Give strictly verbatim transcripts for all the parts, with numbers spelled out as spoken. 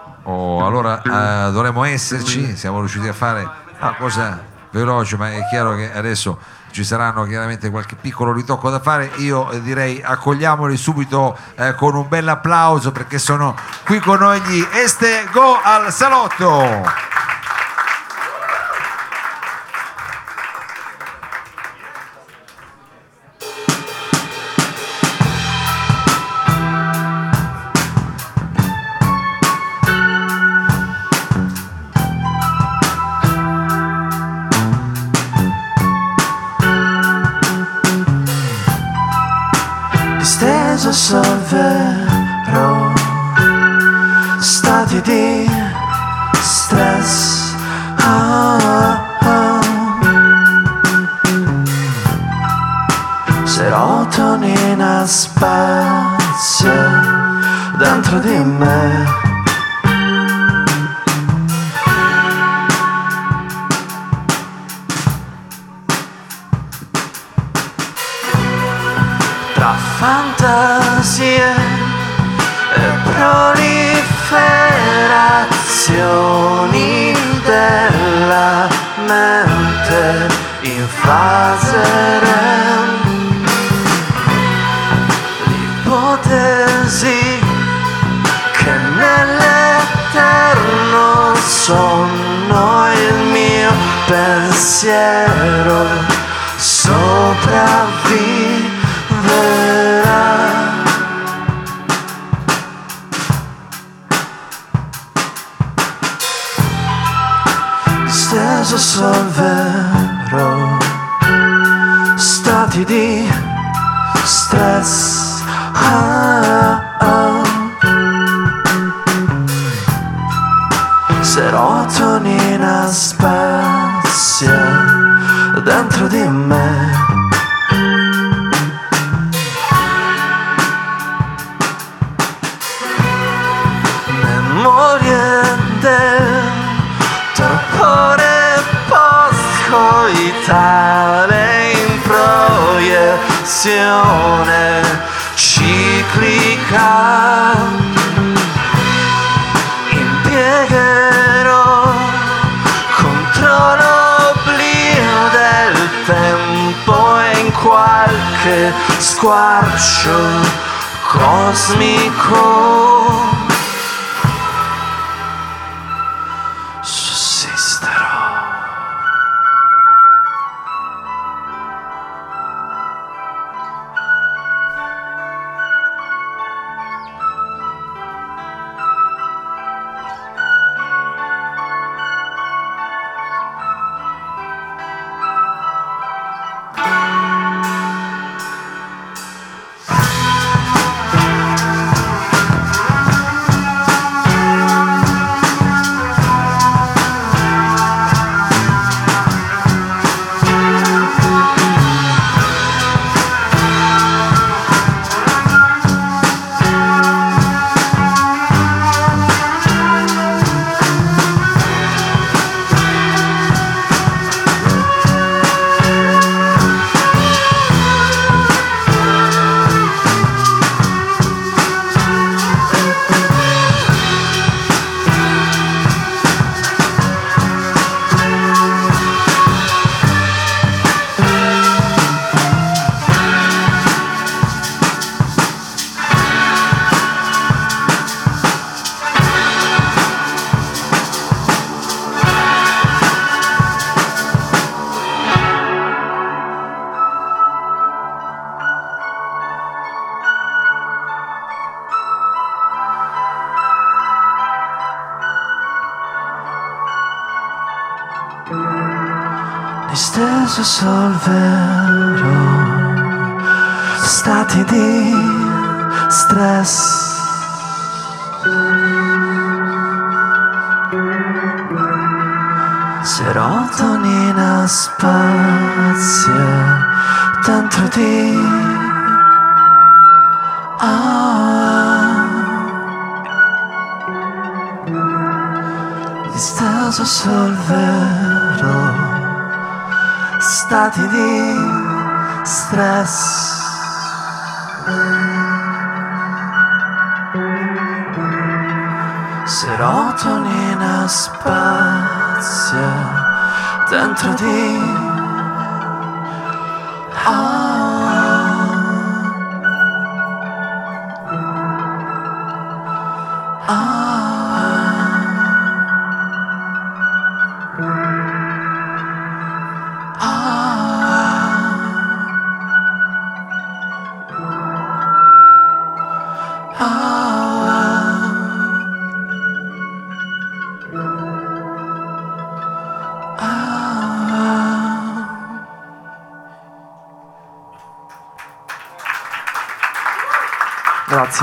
Oh, allora eh, dovremmo esserci, siamo riusciti a fare una cosa veloce, ma è chiaro che adesso ci saranno chiaramente qualche piccolo ritocco da fare. Io eh, direi accogliamoli subito eh, con un bel applauso, perché sono qui con noi gli Este Go al Salotto. Disteso sul vero, stati di stress, ah, ah. Serotonina spazio dentro di me. Tra fantasie e proliferazioni della mente in fase REM, l'ipotesi che nell'eterno sonno il mio pensiero sopravvive. Disteso sul vero, stati di stress, ah, ah. Serotonina spazia dentro di me. Memorie del torpore post-coitale in proiezione ciclica. Impiegherò contro l'oblio del tempo e in qualche squarcio cosmico disteso sul vero, stati di stress. Serotonina spazia dentro di ah. Disteso sul vero, stati di stress. serotonina spazia dentro di ah, ah, ah, ah. Grazie.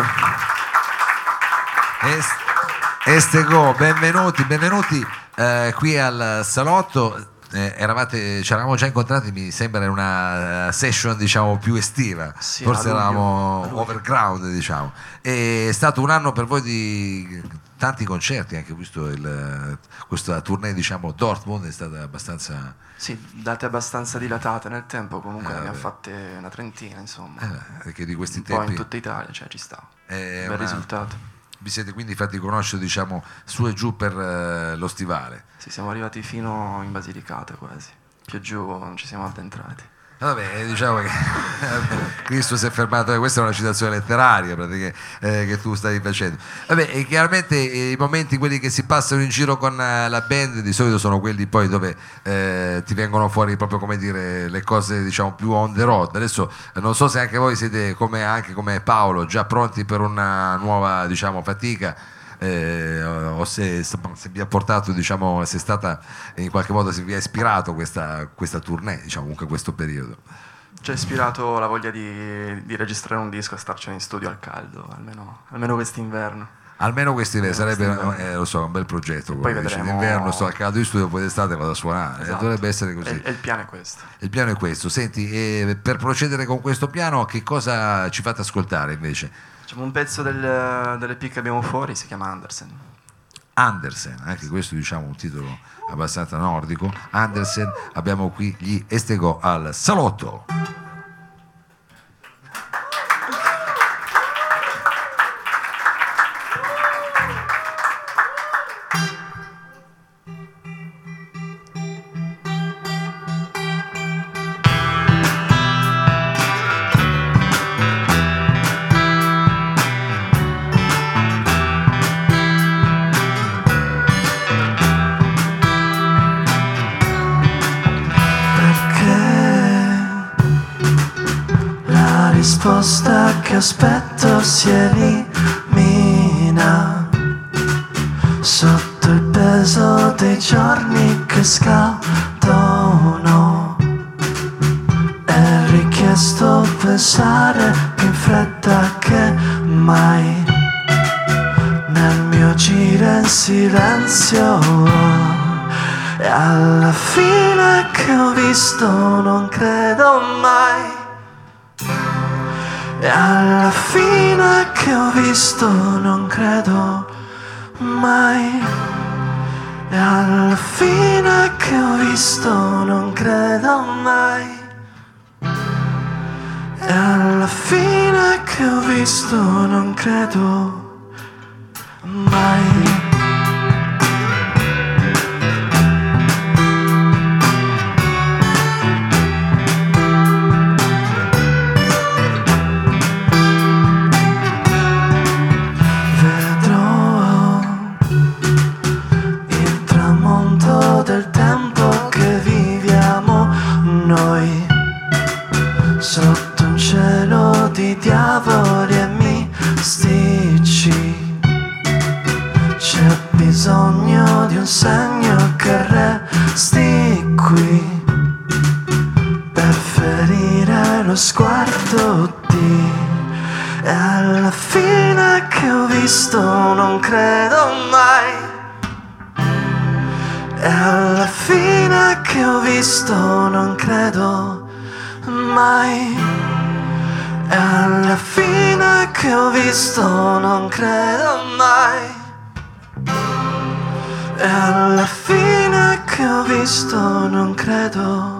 Est- Estego, benvenuti, benvenuti eh, qui al salotto. Eh, eravate, ci eravamo già incontrati, mi sembra, in una session diciamo più estiva, Sì, forse a luglio, eravamo a luglio. overground, diciamo. E è stato un anno per voi di tanti concerti, anche visto il, questa tournée diciamo Dortmund è stata abbastanza Sì, date abbastanza dilatate nel tempo, comunque Eh, ne abbiamo vabbè. fatte una trentina, insomma. eh, perché di questi Un po' tempi in tutta Italia, cioè ci sta. è Bel una- risultato. vi siete quindi fatti conoscere diciamo su e giù per eh, lo stivale. Sì, siamo arrivati fino in Basilicata quasi. Più giù non ci siamo addentrati. Vabbè, diciamo che Cristo si è fermato, eh, questa è una citazione letteraria pratica, eh, che tu stai facendo. Vabbè, e chiaramente eh, i momenti quelli che si passano in giro con eh, la band di solito sono quelli poi dove eh, ti vengono fuori proprio come dire le cose diciamo più on the road. Adesso eh, non so se anche voi siete come anche come Paolo già pronti per una nuova diciamo fatica. Eh, o se, se vi ha portato diciamo se è stata in qualche modo se vi ha ispirato questa, questa tournée diciamo comunque questo periodo. Ci ha ispirato la voglia di, di registrare un disco e starcene in studio al caldo, almeno, almeno quest'inverno. Almeno questi Almeno sarebbe quest'inverno. eh, lo so un bel progetto. E poi come dice, vedremo- d'inverno sto al caldo di studio, poi d'estate vado a suonare. Esatto. Eh, dovrebbe essere così. E, e il piano è questo. Il piano è questo. Senti, eh, per procedere con questo piano che cosa ci fate ascoltare invece? Facciamo un pezzo del, dell'E P che abbiamo fuori, si chiama Andersen. Andersen, anche questo diciamo un titolo abbastanza nordico. Andersen, abbiamo qui gli Estego al salotto. La risposta che aspetto si elimina sotto il peso dei giorni che scadono. È richiesto pensare più in fretta che mai nel mio giro in silenzio. E alla fine che ho visto non credo mai. E alla fine che ho visto non credo mai. E alla fine che ho visto non credo mai. E alla fine che ho visto non credo mai. Sotto un cielo di diavoli e mistici c'è bisogno di un segno che resti qui per ferire lo sguardo di. E alla fine che ho visto non credo mai. E alla fine che ho visto non credo mai. E alla fine che ho visto non credo mai. E alla fine che ho visto non credo.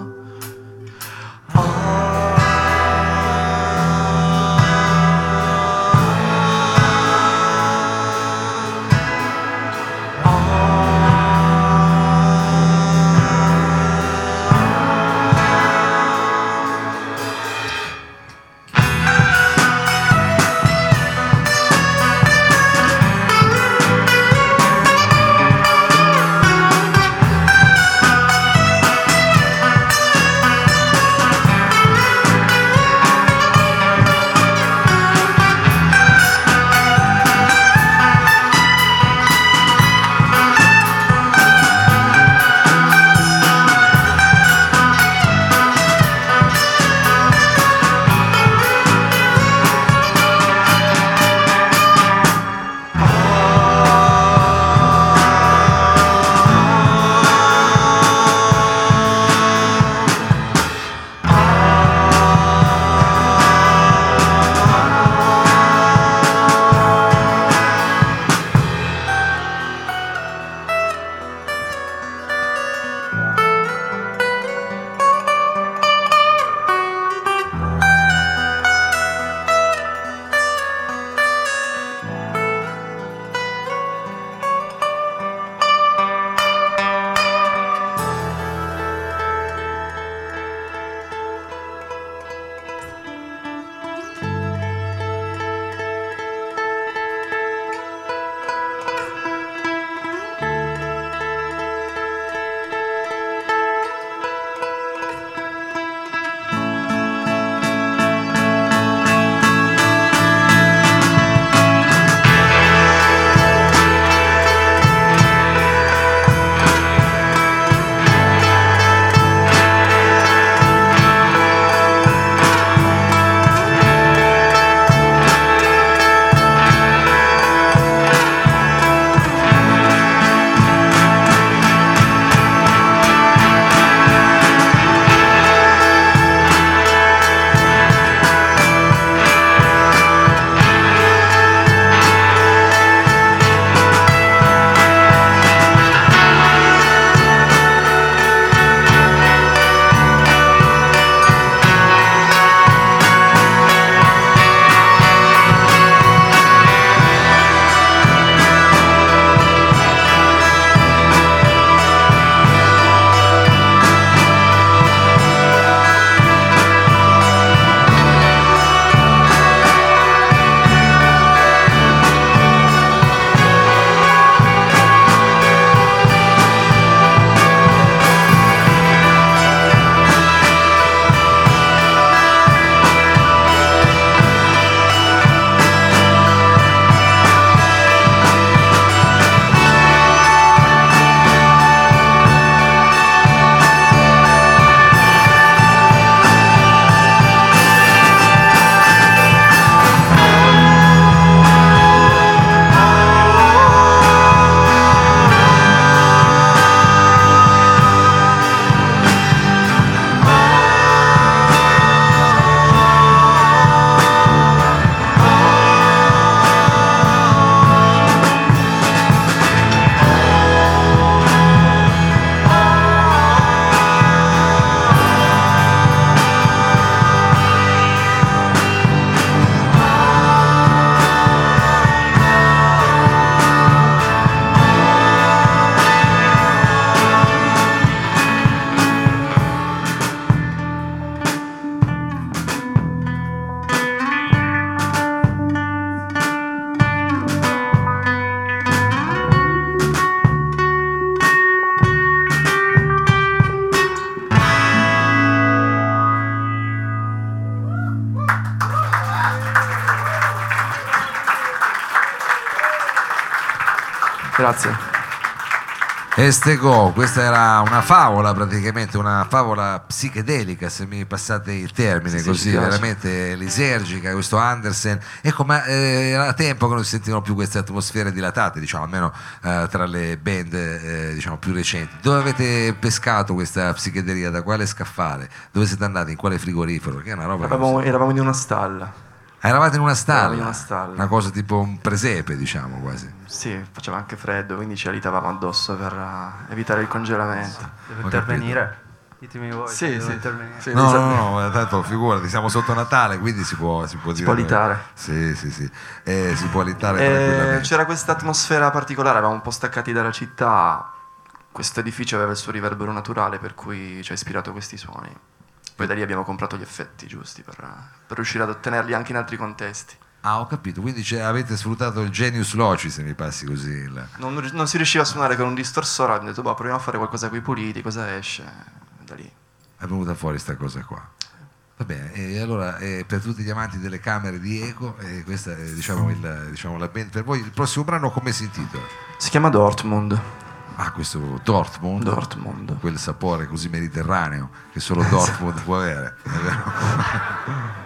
Grazie. Estegò, questa era una favola praticamente, una favola psichedelica, se mi passate il termine, sì, così, sì, veramente lisergica, questo Andersen. Ecco, ma eh, era tempo che non si sentivano più queste atmosfere dilatate, diciamo, almeno eh, tra le band eh, diciamo, più recenti. Dove avete pescato questa psichedelia? Da quale scaffale? Dove siete andati? In quale frigorifero? Perché è una roba Eravamo, eravamo in una stalla. Ah, eravate in una stalla? in una stalla, una cosa tipo un presepe, diciamo, quasi. Sì, faceva anche freddo, quindi ci alitavamo addosso per uh, evitare il congelamento. Devo intervenire? Ditemi voi. Sì, devo sì. intervenire. Sì, No, no, no, tanto figurati, siamo sotto Natale, quindi si può, si può Si dire. può alitare. Sì, sì, sì. Eh, si può alitare Eh, tranquillamente. c'era questa atmosfera particolare, eravamo un po' staccati dalla città. Questo edificio aveva il suo riverbero naturale, per cui ci ha ispirato questi suoni. Poi da lì abbiamo comprato gli effetti giusti per, per riuscire ad ottenerli anche in altri contesti. Ah, ho capito, quindi c'è- avete sfruttato il genius loci, se mi passi così. il- Non, non si riusciva a suonare con un distorsore, abbiamo detto, boh, proviamo a fare qualcosa con i puliti, cosa esce? Da lì. È venuta fuori sta cosa qua. Va bene, e allora eh, per tutti gli amanti delle camere di eco, eh, questa è diciamo, il, diciamo, la band per voi. Il prossimo brano come si intitola? Si chiama Dortmund. Ah, questo Dortmund, Dortmund. quel sapore così mediterraneo che solo Dortmund può avere, è vero?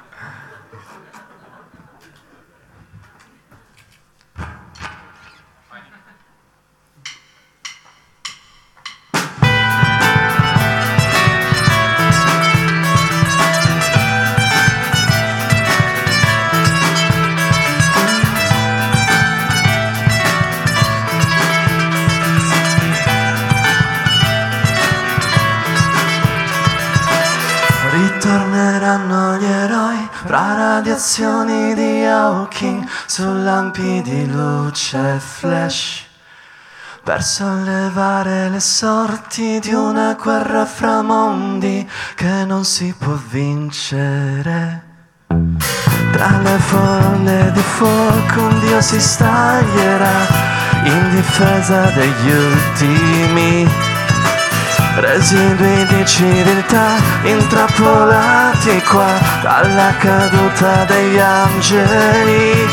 Ritorneranno gli eroi fra radiazioni di Hawking su lampi di luce flash per sollevare le sorti di una guerra fra mondi che non si può vincere. Tra le folle di fuoco un dio si staglierà in difesa degli ultimi residui di civiltà intrappolati qua dalla caduta degli angeli.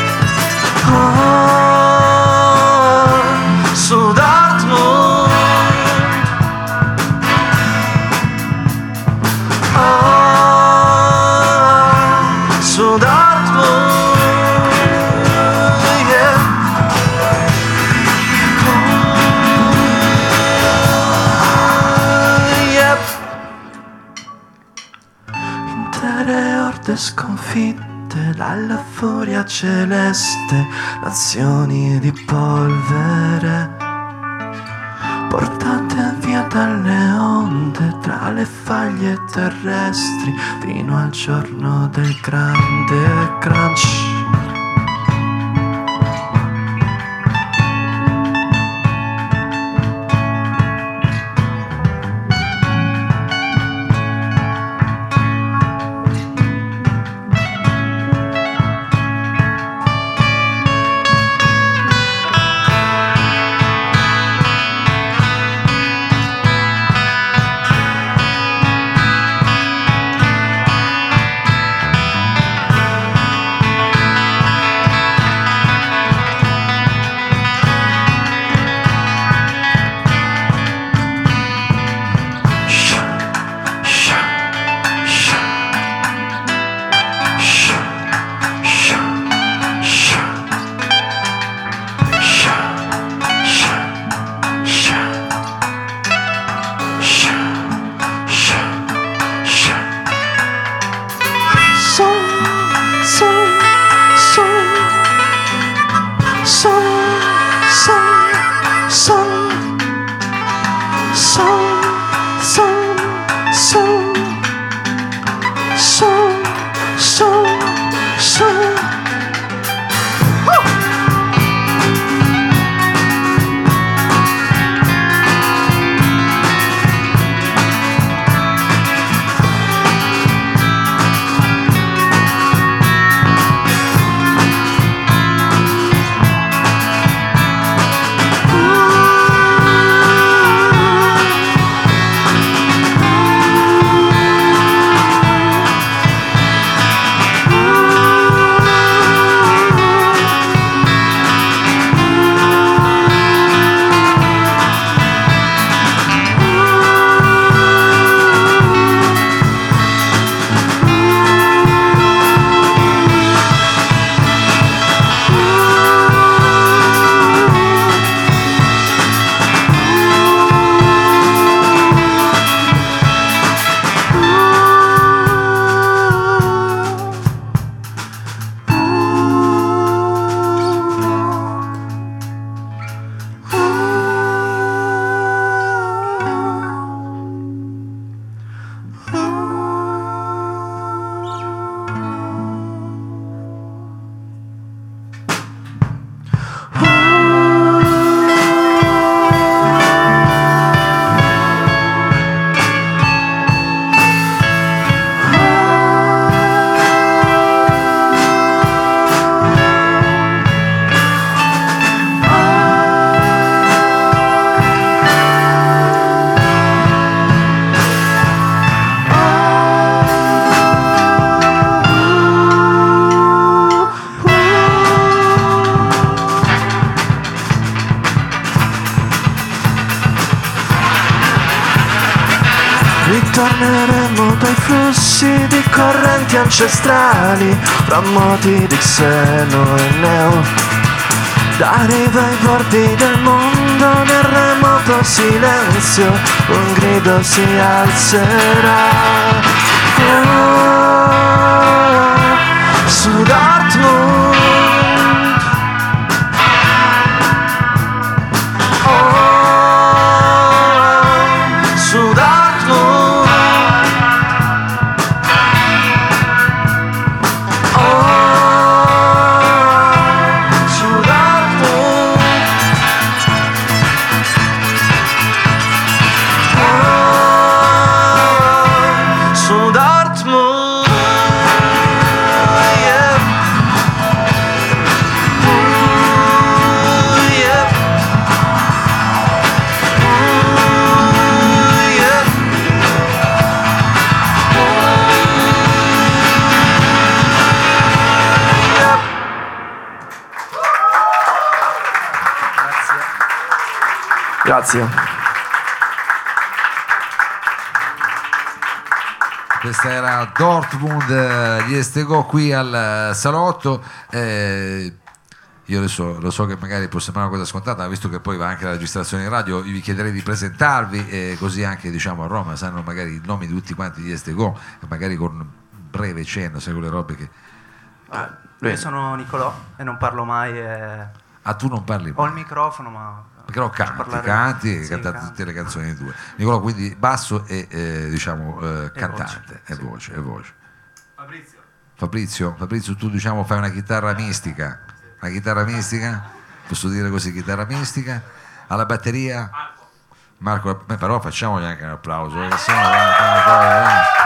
Oh, su Dortmund, oh, su Dortmund, yeah. Intere orde sconfitte dalla furia celeste, nazioni di polvere portate via dalle onde tra le faglie terrestri fino al giorno del grande crunch. Ritorneremo dai flussi di correnti ancestrali, fra moti di xeno e neo. Da riva ai bordi del mondo, nel remoto silenzio, un grido si alzerà. Oh, su Dortmund. Grazie. Questa era Dortmund, gli Estegò qui al salotto. Eh, io adesso lo so che magari può sembrare una cosa scontata, ma visto che poi va anche la registrazione in radio, vi chiederei di presentarvi, e così anche, diciamo, a Roma sanno magari i nomi di tutti quanti gli Estegò, magari con un breve cenno, sai, quelle robe che... Ah, io sono Nicolò e non parlo mai. E... Ah, tu non parli mai? Ho il microfono, ma... Però canti, parlare... canti, sì, cantate canto. tutte le canzoni tue. Nicolò, quindi basso e eh, diciamo eh, E cantante, voce, e sì. voce, e voce. Fabrizio. Fabrizio, Fabrizio, tu diciamo fai una chitarra mistica, una chitarra mistica, posso dire così, chitarra mistica, alla batteria Marco, beh, però facciamogli anche un applauso, perché sennò, eh, eh, eh.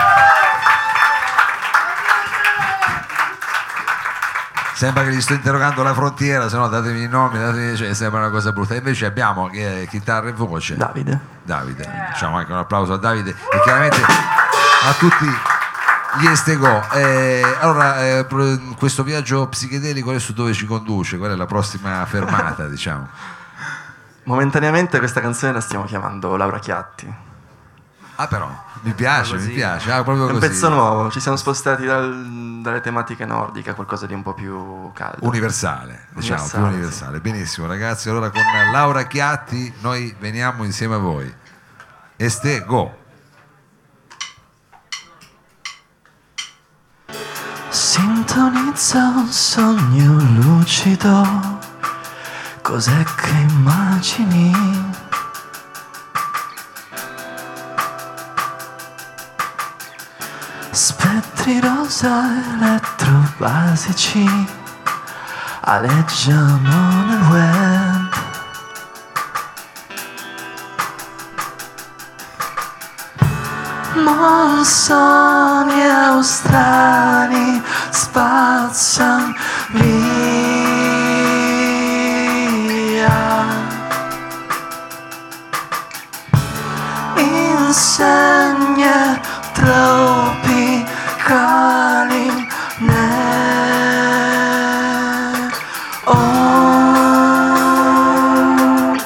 Sembra che gli sto interrogando la frontiera, se no datemi i nomi, datemi, cioè, sembra una cosa brutta. Invece abbiamo eh, chitarra e voce. Davide. Davide, diciamo anche un applauso a Davide e chiaramente a tutti gli Estegò. Eh, allora, eh, questo viaggio psichedelico adesso dove ci conduce? Qual è la prossima fermata, diciamo? Momentaneamente questa canzone la stiamo chiamando Laura Chiatti. Ah, però, mi piace, Così. mi piace. Ah, proprio È un così. pezzo nuovo, ci siamo spostati dal- dalle tematiche nordiche a qualcosa di un po' più caldo. Universale, diciamo, Universale, più universale. Benissimo, ragazzi. Allora con Laura Chiatti noi veniamo insieme a voi. Estegò. Sintonizza un sogno lucido, cos'è che immagini? Spettri rosa elettrobasici aleggiano nel web. Monsoni australi spazzano via insegne tropicali ne oh.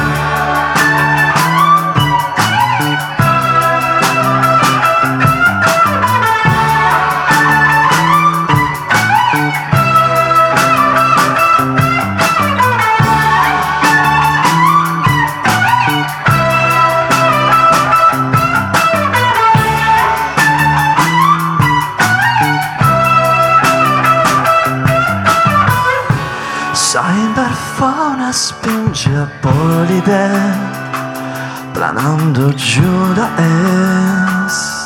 Cyberfona spinge a polide, planando giù da est.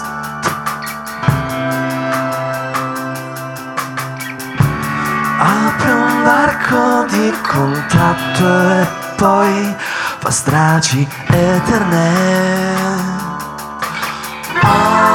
Apre un barco di contatto e poi fa stragi eterne. Ah.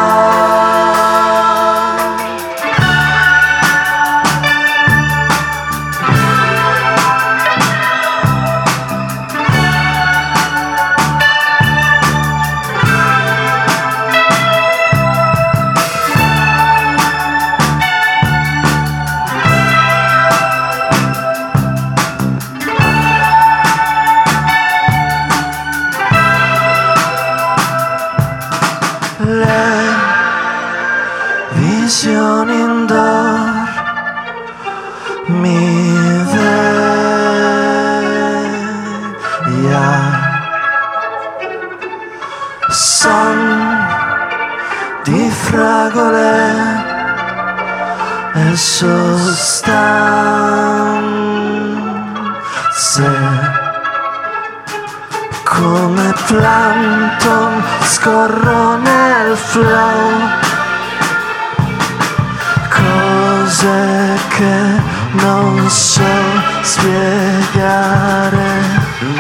via. Son di fragole e sostanze come plankton scorro nel flow, cose che non so spiegare.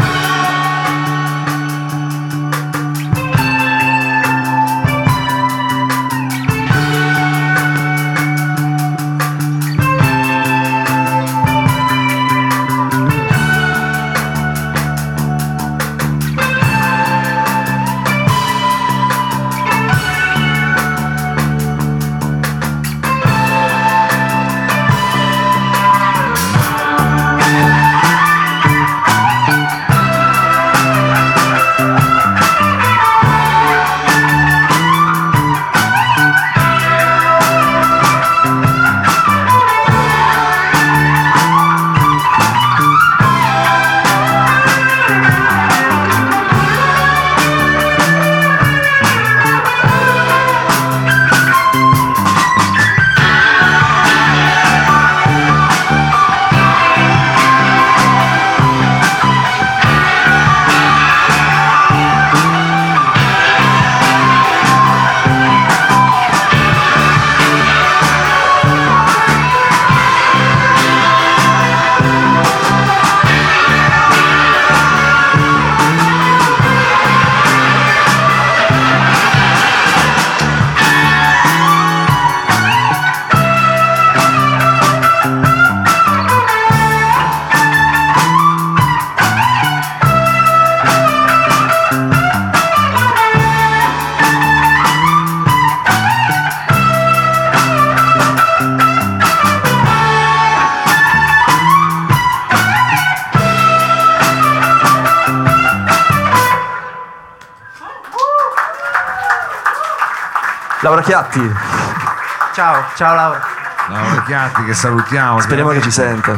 Laura Chiatti. Ciao, ciao Laura. Laura Chiatti, che salutiamo. Speriamo che ci senta.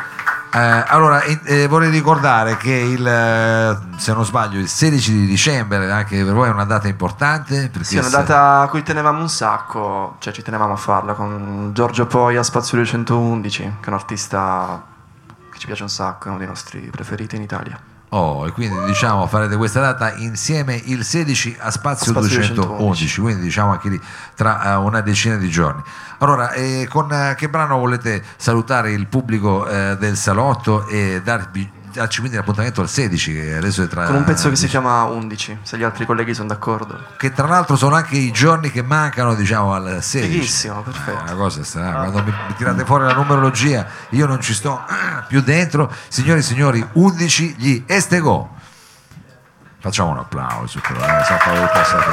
Eh, allora, eh, vorrei ricordare che il, eh, se non sbaglio, il sedici di dicembre, anche per voi è una data importante. Sì, è una data a cui tenevamo un sacco, cioè ci tenevamo a farla con Giorgio Poi a Spazio duecentoundici, che è un artista che ci piace un sacco, è uno dei nostri preferiti in Italia. Oh, e quindi diciamo farete questa data insieme il sedici a Spazio, Spazio duecentoundici, quindi diciamo anche lì tra uh, una decina di giorni. Allora, eh, con uh, che brano volete salutare il pubblico uh, del salotto e darvi, darci quindi l'appuntamento al sedici, che adesso è tra... Con un pezzo che si chiama undici, se gli altri colleghi sono d'accordo. Che tra l'altro sono anche i giorni che mancano, diciamo, al sedici. Fighissimo, perfetto. È una cosa strana, quando mi, mi tirate fuori la numerologia io non ci sto più dentro. Signori e signori, undici gli Estego. Facciamo un applauso però, eh, San Paolo del passato.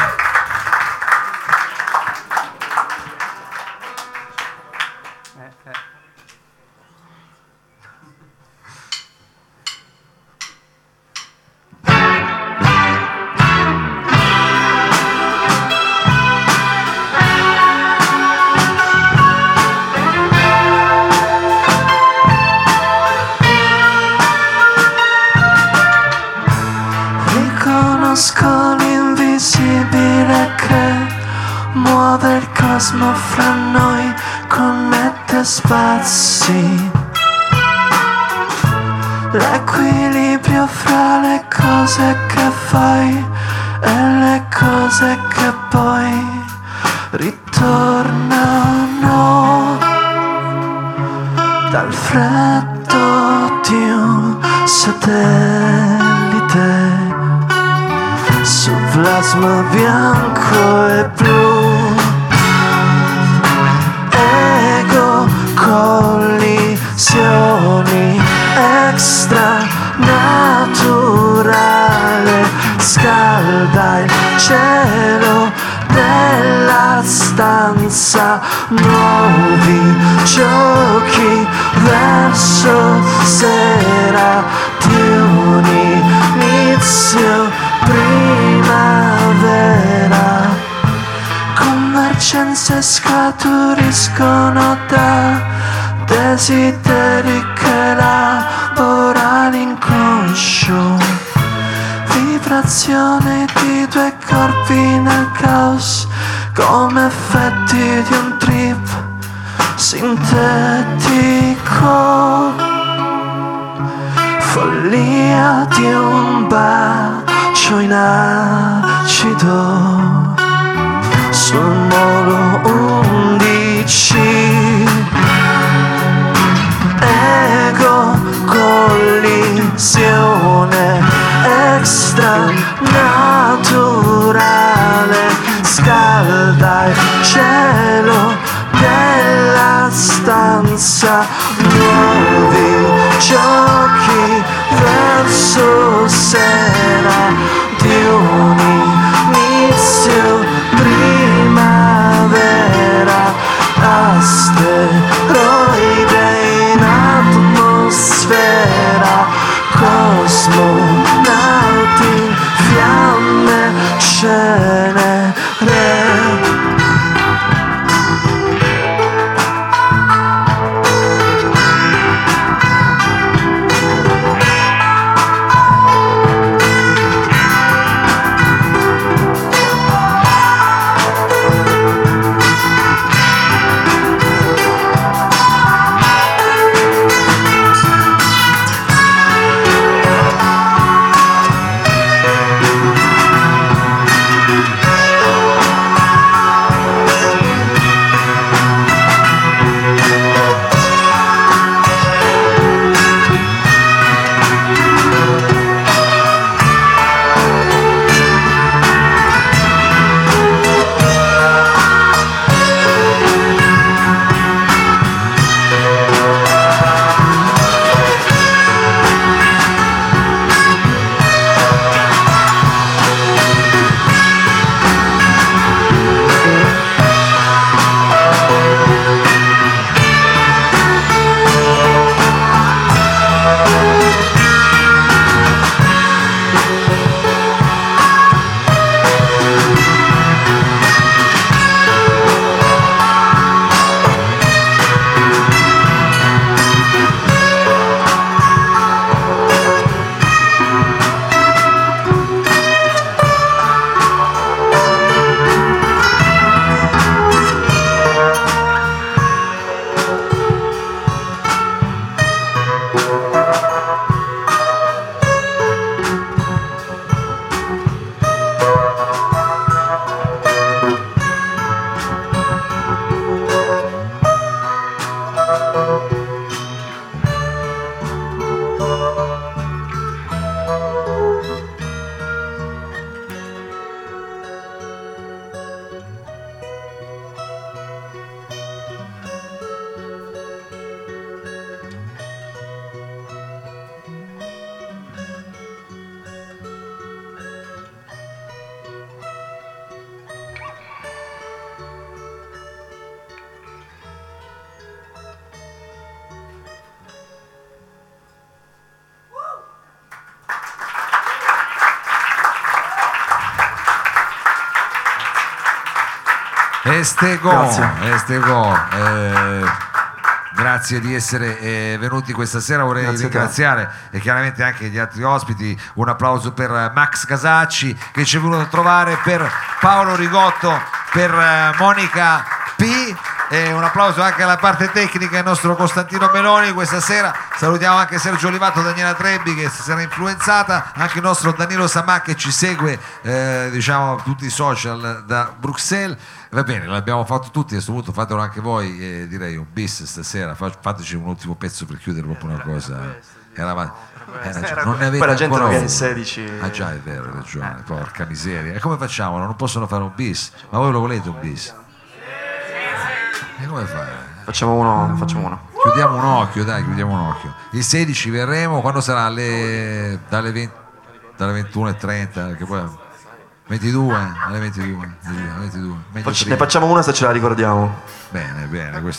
L'invisibile che muove il cosmo fra noi, connette spazi, l'equilibrio fra le cose che fai e le cose che poi ritornano dal freddo di un satellite su plasma bianco e blu. Ego, collisioni, extranaturale, scalda il cielo della stanza, nuovi giochi verso sera di un inizio primavera. Convergenze scaturiscono da desideri che elabora l'inconscio. vibrazioni di due corpi nel caos, come effetti di un trip sintetico, follia di un bacio in acido sul molo undici. Ego collisione extra naturale, scalda il cielo della stanza, nuovi giochi verso sera di un inizio primavera, asteroide in atmosfera, cosmonauti, fiamme, cenere. Estego, Grazie. Estego, eh, grazie di essere eh, venuti questa sera. Vorrei Grazie a te. ringraziare e chiaramente anche gli altri ospiti. Un applauso per Max Casacci che ci è venuto a trovare, per Paolo Rigotto, per eh, Monica P. E un applauso anche alla parte tecnica, il nostro Costantino Meloni questa sera. Salutiamo anche Sergio Olivato, Daniela Trebbi che si sarà influenzata, anche il nostro Danilo Samà che ci segue eh, diciamo tutti i social da Bruxelles. Va bene, l'abbiamo fatto tutti, a questo punto fatelo anche voi, eh, direi un bis stasera. Fateci un ultimo pezzo per chiudere proprio una cosa. Era, era, non ne avete Poi la gente ancora non viene uno. in sedici. Ah già, è vero, hai ragione, porca miseria. E come facciamo? Non possono fare un bis? Ma voi lo volete un bis? E come fai? Facciamo uno, facciamo uno. Chiudiamo un occhio, dai, chiudiamo un occhio. Il sedici verremo, quando sarà? Alle, dalle, venti, dalle ventuno e trenta, che poi ventidue, alle ventidue, ventidue, meglio Fac- prima. ne facciamo una se ce la ricordiamo. Bene, bene, questa.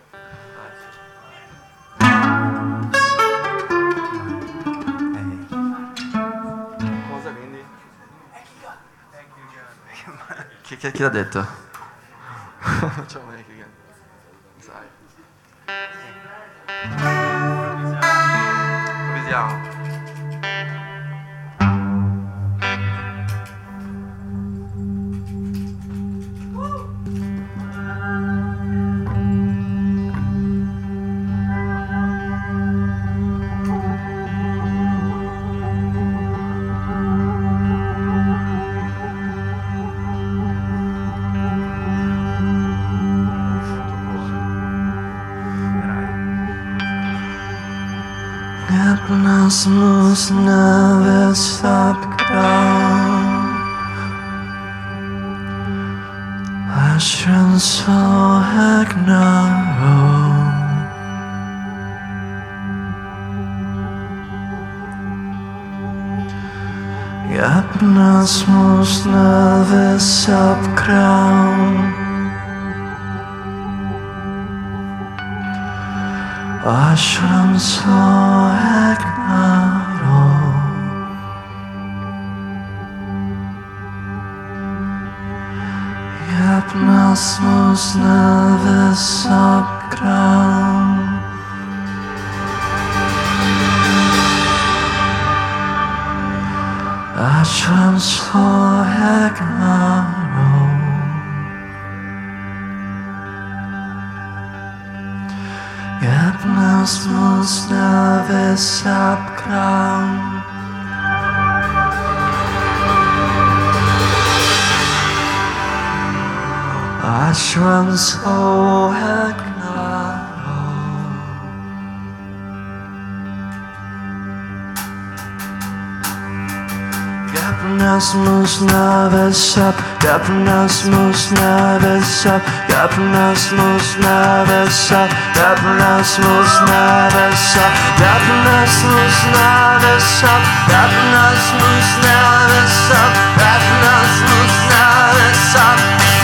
Cosa quindi? Chi, chi, chi l'ha detto? Facciamo una che sai. Improvvisiamo. muss never stop growing. Aşkın soğukları. Yapnas muss never stop growing. Aşkın soğukları. Yapnas muss never stop growing. Aşkın soğukları. Yapnas muss never stop growing. Aşkın soğukları. Yapnas muss never stop. Yapnas muss never stop. Yapnas muss never stop. Yapnas muss never stop. Yapnas muss never stop. Yapnas muss never stop. Yapnas muss never stop.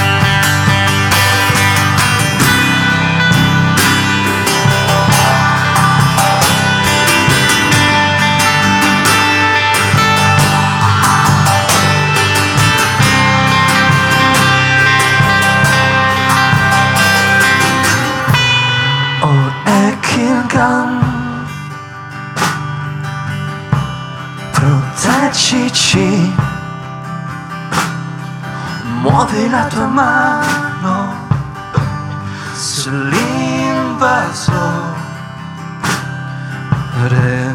Proteggici, muovi la tua mano sull'invasore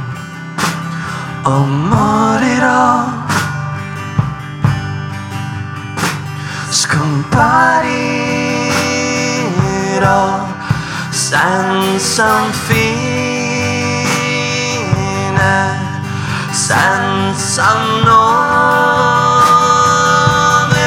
o morirò, scomparirò senza un fine, senza un nome.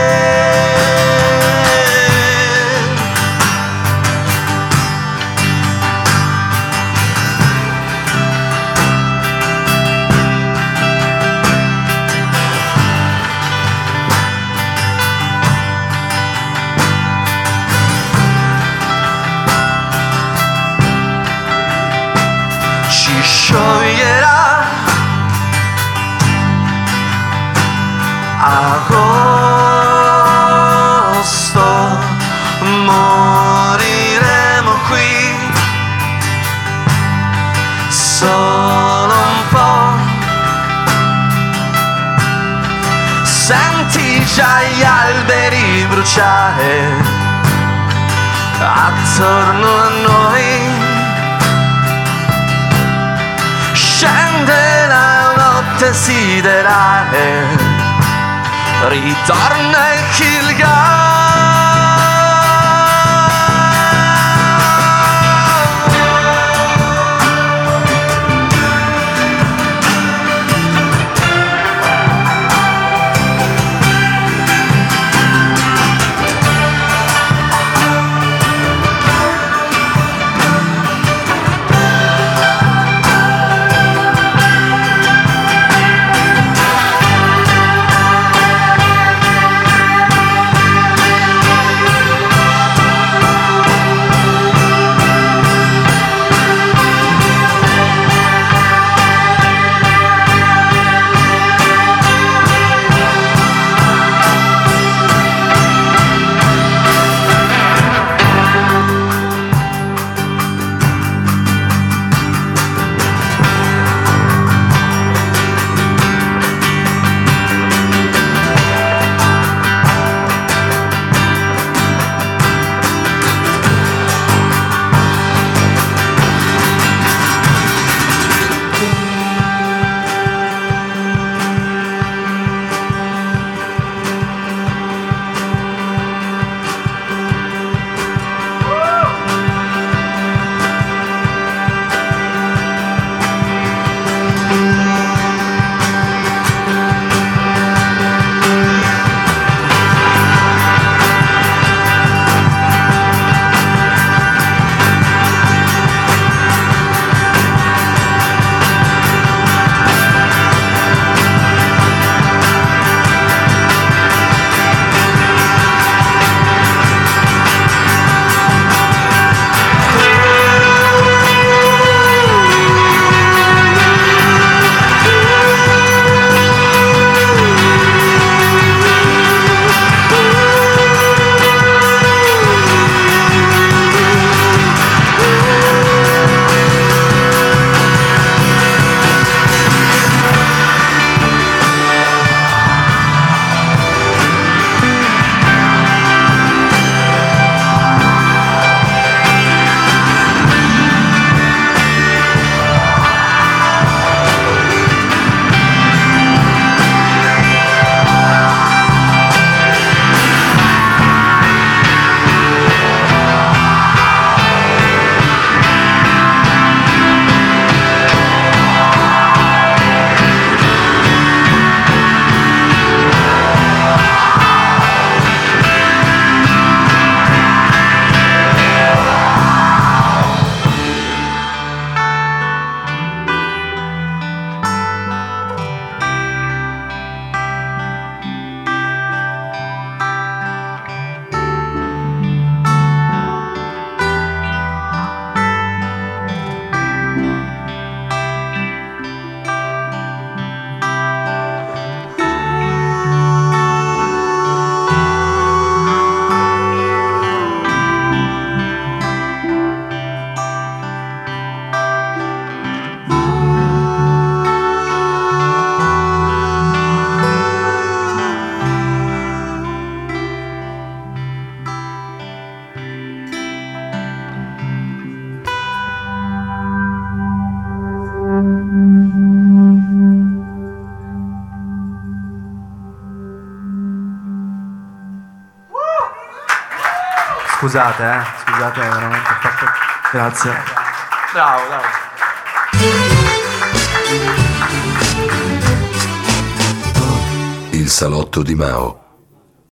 Ci scioglierà agosto, moriremo qui solo un po'. Senti già gli alberi bruciare attorno a noi. Scende la notte siderale, ritorna il Kilgar. scusate, eh. Scusate, veramente ho fatto... Grazie. Bravo, bravo. Il salotto di Mao.